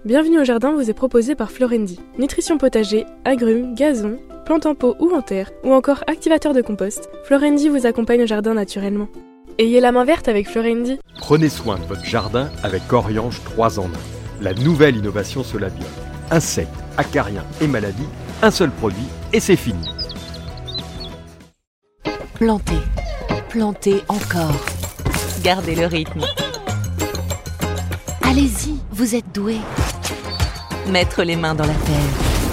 Bienvenue au jardin vous est proposé par Florendi. Nutrition potager, agrumes, gazon, plantes en pot ou en terre, ou encore activateur de compost, Florendi vous accompagne au jardin naturellement. Ayez la main verte avec Florendi. Prenez soin de votre jardin avec Oriange 3 en 1. La nouvelle innovation Solabiol. Insectes, acariens et maladies, un seul produit et c'est fini. Plantez, plantez encore. Gardez le rythme. Allez-y, vous êtes doués. Mettre les mains dans la terre.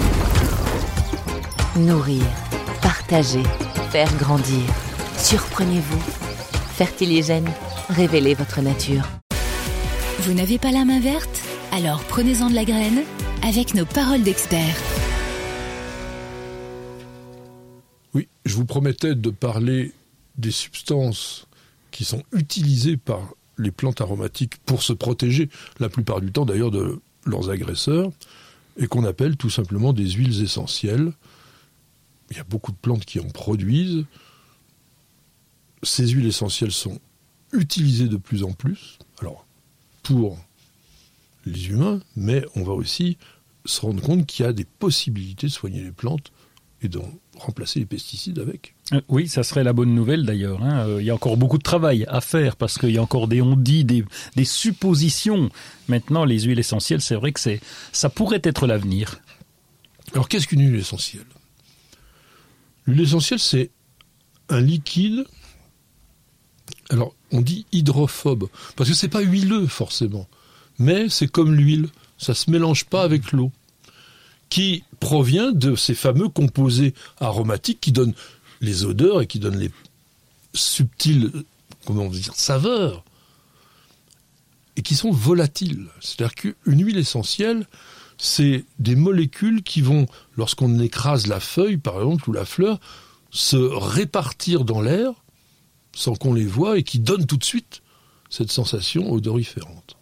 Nourrir, partager, faire grandir. Surprenez-vous. Fertiligène, révélez votre nature. Vous n'avez pas la main verte ? Alors prenez-en de la graine avec nos paroles d'experts. Oui, je vous promettais de parler des substances qui sont utilisées par les plantes aromatiques pour se protéger, la plupart du temps d'ailleurs de leurs agresseurs, et qu'on appelle tout simplement des huiles essentielles. Il y a beaucoup de plantes qui en produisent. Ces huiles essentielles sont utilisées de plus en plus, alors pour les humains, mais on va aussi se rendre compte qu'il y a des possibilités de soigner les plantes et de remplacer les pesticides avec. Oui, ça serait la bonne nouvelle d'ailleurs. Il y a encore beaucoup de travail à faire parce qu'il y a encore des on-dit, des suppositions. Maintenant, les huiles essentielles, c'est vrai que ça pourrait être l'avenir. Alors, qu'est-ce qu'une huile essentielle ? L'huile essentielle, c'est un liquide. Alors, on dit hydrophobe, parce que c'est pas huileux forcément, mais c'est comme l'huile, ça se mélange pas avec l'eau, qui provient de ces fameux composés aromatiques qui donnent les odeurs et qui donnent les subtiles, saveurs, et qui sont volatiles. C'est-à-dire qu'une huile essentielle, c'est des molécules qui vont, lorsqu'on écrase la feuille, par exemple, ou la fleur, se répartir dans l'air, sans qu'on les voie, et qui donnent tout de suite cette sensation odoriférante.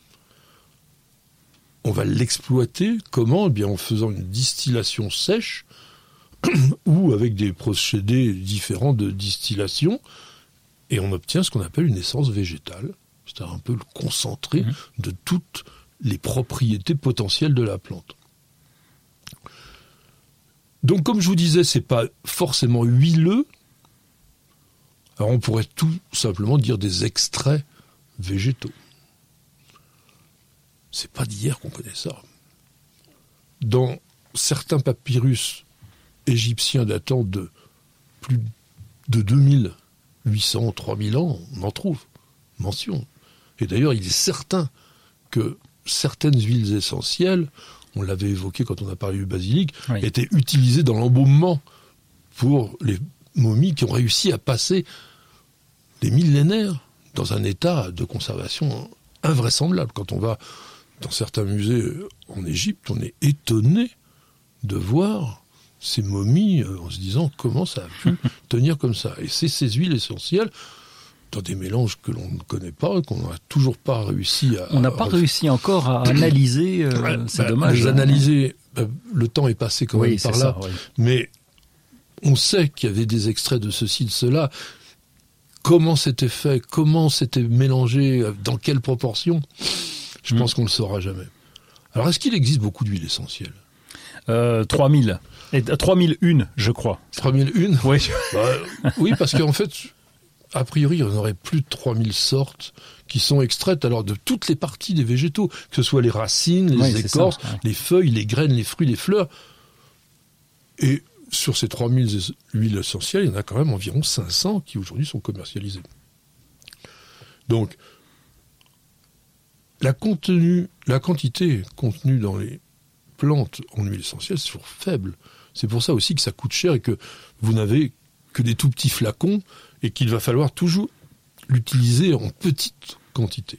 On va l'exploiter, comment ? Eh bien, en faisant une distillation sèche ou avec des procédés différents de distillation, et on obtient ce qu'on appelle une essence végétale, c'est-à-dire un peu le concentré de toutes les propriétés potentielles de la plante. Donc, comme je vous disais, c'est pas forcément huileux. Alors, on pourrait tout simplement dire des extraits végétaux. C'est pas d'hier qu'on connaît ça. Dans certains papyrus égyptiens datant de plus de 2800, 3000 ans, on en trouve mention. Et d'ailleurs, il est certain que certaines huiles essentielles, on l'avait évoqué quand on a parlé du basilic, étaient utilisées dans l'embaumement pour les momies qui ont réussi à passer des millénaires dans un état de conservation invraisemblable. Quand on va dans certains musées en Égypte, on est étonné de voir ces momies en se disant comment ça a pu tenir comme ça. Et c'est ces huiles essentielles, dans des mélanges que l'on ne connaît pas, qu'on n'a toujours pas réussi à... On n'a pas réussi encore à analyser, c'est dommage. Les analyser, le temps est passé quand même par là, ça, mais on sait qu'il y avait des extraits de ceci, de cela. Comment c'était fait, comment c'était mélangé, dans quelle proportion, je pense qu'on ne le saura jamais. Alors, est-ce qu'il existe beaucoup d'huiles essentielles ? 3000. 3001, je crois. 3001 ? Oui. Oui, parce qu'en fait, a priori, il y en aurait plus de 3000 sortes qui sont extraites alors de toutes les parties des végétaux, que ce soit les racines, les écorces, les feuilles, les graines, les fruits, les fleurs. Et sur ces 3000 huiles essentielles, il y en a quand même environ 500 qui aujourd'hui sont commercialisées. Donc, la quantité contenue dans les plantes en huile essentielle, c'est toujours faible. C'est pour ça aussi que ça coûte cher et que vous n'avez que des tout petits flacons et qu'il va falloir toujours l'utiliser en petite quantité.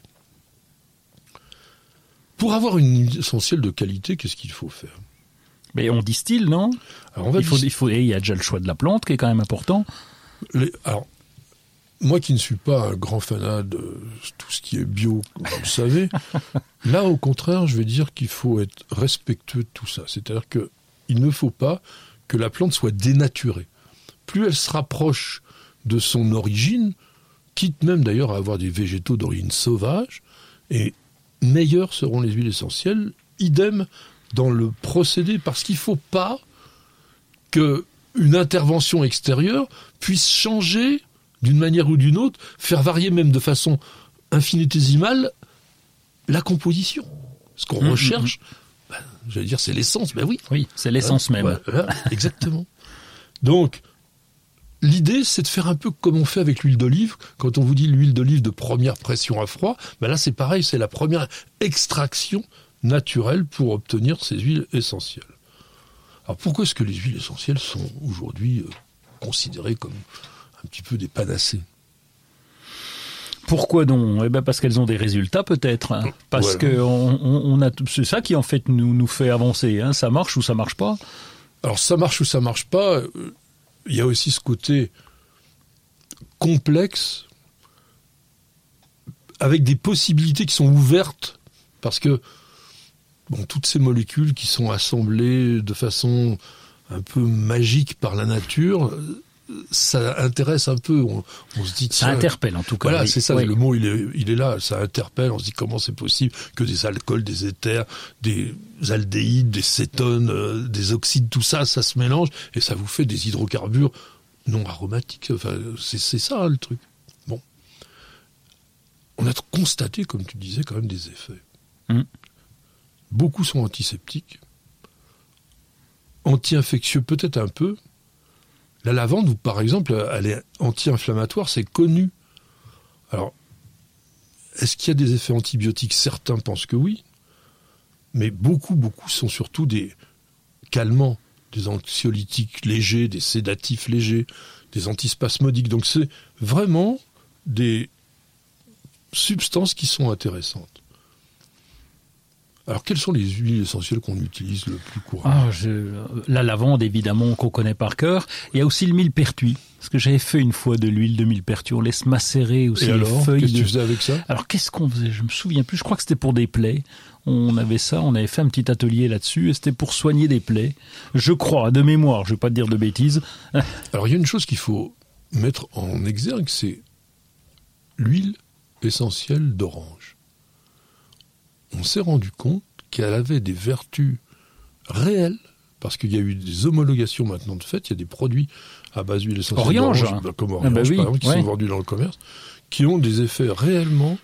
Pour avoir une huile essentielle de qualité, qu'est-ce qu'il faut faire ? Mais on distille, non ? Alors il y a déjà le choix de la plante qui est quand même important. Alors, moi qui ne suis pas un grand fanat de tout ce qui est bio, comme vous le savez, là au contraire, je vais dire qu'il faut être respectueux de tout ça. C'est-à-dire qu'il ne faut pas que la plante soit dénaturée. Plus elle se rapproche de son origine, quitte même d'ailleurs à avoir des végétaux d'origine sauvage, et meilleures seront les huiles essentielles, idem dans le procédé, parce qu'il ne faut pas qu'une intervention extérieure puisse changer d'une manière ou d'une autre, faire varier même de façon infinitésimale la composition. Ce qu'on recherche, j'allais dire c'est l'essence, ben oui. Oui, c'est l'essence même. Voilà, exactement. Donc, l'idée, c'est de faire un peu comme on fait avec l'huile d'olive. Quand on vous dit l'huile d'olive de première pression à froid, ben là c'est pareil, c'est la première extraction naturelle pour obtenir ces huiles essentielles. Alors pourquoi est-ce que les huiles essentielles sont aujourd'hui considérées comme un petit peu des panacées ? Pourquoi donc ? Eh ben parce qu'elles ont des résultats peut-être. Hein. Parce que on a c'est ça qui en fait nous fait avancer. Hein. Ça marche ou ça marche pas ? Alors ça marche ou ça marche pas. Il y a aussi ce côté complexe avec des possibilités qui sont ouvertes parce que toutes ces molécules qui sont assemblées de façon un peu magique par la nature, ça intéresse un peu. On se dit ça interpelle en tout cas. Voilà, oui. c'est ça. Oui. Le mot il est là. Ça interpelle. On se dit comment c'est possible que des alcools, des éthers, des aldéhydes, des cétones, des oxydes, tout ça, ça se mélange et ça vous fait des hydrocarbures non aromatiques. Enfin, c'est ça le truc. Bon, on a constaté, comme tu disais, quand même des effets. Beaucoup sont antiseptiques, anti-infectieux peut-être un peu. La lavande, par exemple, elle est anti-inflammatoire, c'est connu. Alors, est-ce qu'il y a des effets antibiotiques ? Certains pensent que oui, mais beaucoup sont surtout des calmants, des anxiolytiques légers, des sédatifs légers, des antispasmodiques. Donc c'est vraiment des substances qui sont intéressantes. Alors, quelles sont les huiles essentielles qu'on utilise le plus couramment ? La lavande, évidemment, qu'on connaît par cœur. Il y a aussi le millepertuis. Parce que j'avais fait une fois de l'huile de millepertuis. On laisse macérer aussi les feuilles. Qu'est-ce que tu faisais avec ça ? Alors, qu'est-ce qu'on faisait ? Je me souviens plus. Je crois que c'était pour des plaies. On avait ça. On avait fait un petit atelier là-dessus. Et c'était pour soigner des plaies. Je crois, de mémoire. Je vais pas te dire de bêtises. Alors, il y a une chose qu'il faut mettre en exergue, c'est l'huile essentielle d'orange. On s'est rendu compte qu'elle avait des vertus réelles, parce qu'il y a eu des homologations maintenant de fait, il y a des produits à base d'huile essentielle d'orange, comme Orange par exemple, qui sont vendus dans le commerce, qui ont des effets réellement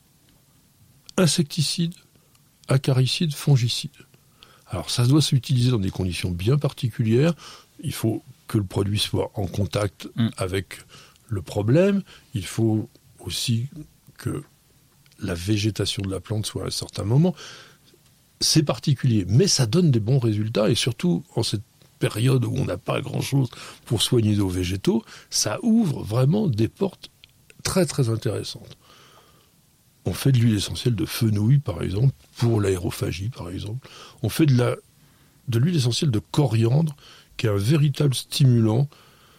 insecticides, acaricides, fongicides. Alors ça doit s'utiliser dans des conditions bien particulières, il faut que le produit soit en contact avec le problème, il faut aussi que la végétation de la plante soit à un certain moment. C'est particulier, mais ça donne des bons résultats, et surtout en cette période où on n'a pas grand-chose pour soigner nos végétaux, ça ouvre vraiment des portes très très intéressantes. On fait de l'huile essentielle de fenouil, par exemple, pour l'aérophagie, par exemple. On fait de l'huile essentielle de coriandre, qui est un véritable stimulant.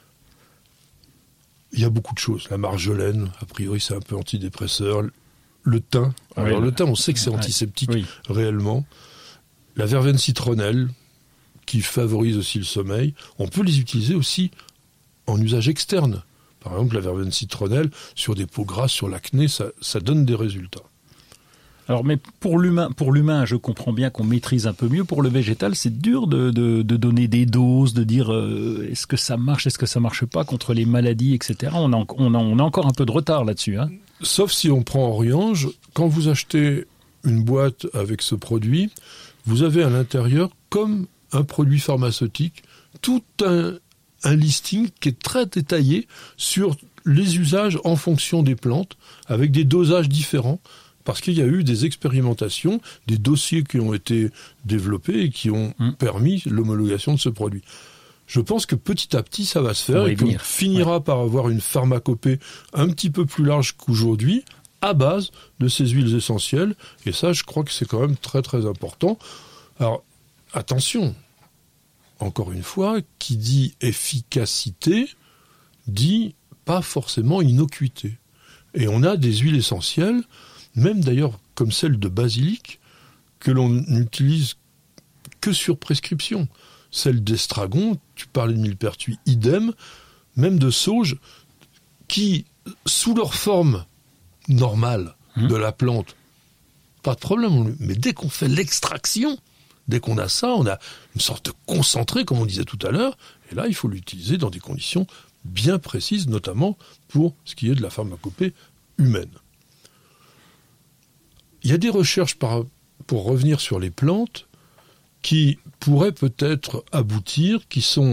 Il y a beaucoup de choses. La marjolaine, a priori, c'est un peu antidépresseur. Le thym. Alors le thym, on sait que c'est antiseptique réellement. La verveine citronnelle, qui favorise aussi le sommeil. On peut les utiliser aussi en usage externe. Par exemple, la verveine citronnelle, sur des peaux grasses, sur l'acné, ça donne des résultats. Alors, mais pour l'humain, je comprends bien qu'on maîtrise un peu mieux. Pour le végétal, c'est dur de donner des doses, de dire est-ce que ça marche, est-ce que ça marche pas contre les maladies, etc. On a encore un peu de retard là-dessus. Hein. Sauf si on prend Oriange, quand vous achetez une boîte avec ce produit, vous avez à l'intérieur, comme un produit pharmaceutique, tout un listing qui est très détaillé sur les usages en fonction des plantes, avec des dosages différents, parce qu'il y a eu des expérimentations, des dossiers qui ont été développés et qui ont permis l'homologation de ce produit. Je pense que petit à petit, ça va se faire et qu'on finira par avoir une pharmacopée un petit peu plus large qu'aujourd'hui, à base de ces huiles essentielles. Et ça, je crois que c'est quand même très très important. Alors, attention, encore une fois, qui dit efficacité, dit pas forcément innocuité. Et on a des huiles essentielles, même d'ailleurs comme celle de basilic, que l'on n'utilise que sur prescription. Celle d'estragon, tu parlais de millepertuis, idem, même de sauge, qui, sous leur forme normale de la plante, pas de problème. Mais dès qu'on fait l'extraction, dès qu'on a ça, on a une sorte de concentré, comme on disait tout à l'heure, et là, il faut l'utiliser dans des conditions bien précises, notamment pour ce qui est de la pharmacopée humaine. Il y a des recherches, pour revenir sur les plantes, qui pourraient peut-être aboutir, qui sont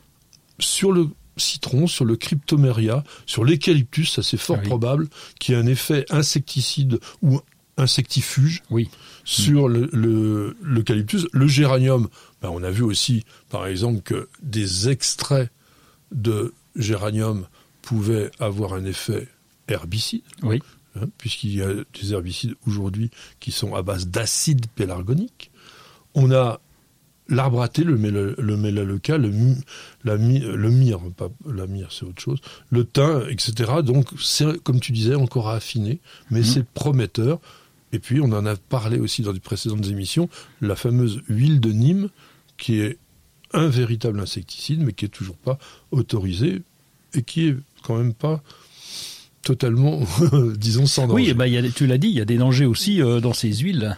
sur le citron, sur le cryptomeria, sur l'eucalyptus, ça c'est fort probable, qu'il y ait un effet insecticide ou insectifuge sur l'eucalyptus. Le géranium, on a vu aussi, par exemple, que des extraits de géranium pouvaient avoir un effet herbicide. Oui. Puisqu'il y a des herbicides aujourd'hui qui sont à base d'acide pélargonique. On a l'arbre à thé, le mélaleuca, le myrrhe, pas la myrrhe, c'est autre chose, le thym, etc. Donc, c'est, comme tu disais, encore à affiner, mais c'est prometteur. Et puis, on en a parlé aussi dans des précédentes émissions, la fameuse huile de Nîmes, qui est un véritable insecticide, mais qui est toujours pas autorisé, et qui est quand même pas totalement, disons, sans danger. Oui, tu l'as dit, il y a des dangers aussi dans ces huiles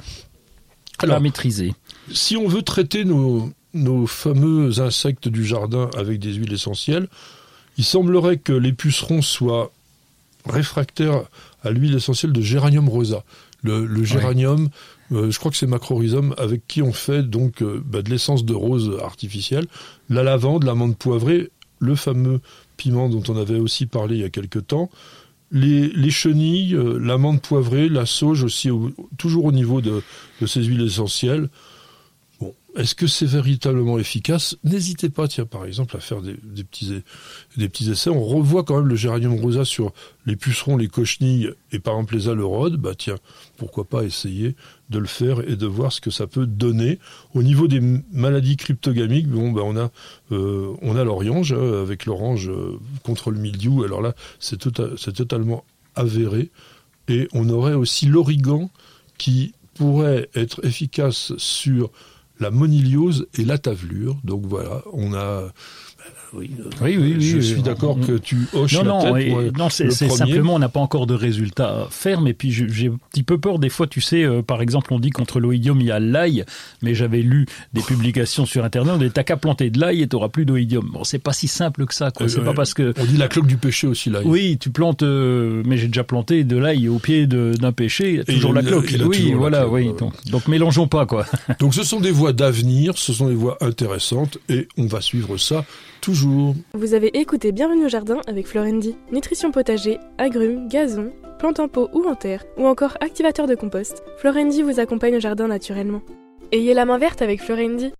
à maîtriser. Si on veut traiter nos fameux insectes du jardin avec des huiles essentielles, il semblerait que les pucerons soient réfractaires à l'huile essentielle de Géranium rosa. Le géranium, je crois que c'est Macrorhizome, avec qui on fait donc de l'essence de rose artificielle, la lavande, l'amande poivrée, le fameux piment dont on avait aussi parlé il y a quelque temps, les chenilles, l'amande poivrée, la sauge aussi, toujours au niveau de ces huiles essentielles. Bon, est-ce que c'est véritablement efficace ? N'hésitez pas, par exemple, à faire des petits essais. On revoit quand même le géranium rosa sur les pucerons, les cochenilles et par exemple les alerodes. Pourquoi pas essayer de le faire et de voir ce que ça peut donner. Au niveau des maladies cryptogamiques, on a l'orange, avec l'orange contre le mildiou. Alors là, c'est totalement avéré. Et on aurait aussi l'origan qui pourrait être efficace sur la moniliose et la tavelure. Donc voilà, on a... Oui, je suis d'accord que tu hoches la tête. Non, c'est simplement, on n'a pas encore de résultats fermes. Et puis, j'ai un petit peu peur. Des fois, tu sais, par exemple, on dit contre l'oïdium, il y a l'ail. Mais j'avais lu des publications sur Internet. On dit, t'as qu'à planter de l'ail et t'auras plus d'oïdium. Bon, c'est pas si simple que ça, quoi. C'est pas parce que... On dit la cloque du péché aussi, l'ail. Oui, tu plantes... mais j'ai déjà planté de l'ail au pied d'un péché. Il y a toujours la cloque. Oui, voilà, oui. Donc, mélangeons pas, quoi. Donc, ce sont des voies d'avenir. Ce sont des voies intéressantes. Et on va suivre ça toujours. Vous avez écouté Bienvenue au jardin avec Florendi. Nutrition potager, agrumes, gazon, plantes en pot ou en terre, ou encore activateur de compost, Florendi vous accompagne au jardin naturellement. Ayez la main verte avec Florendi.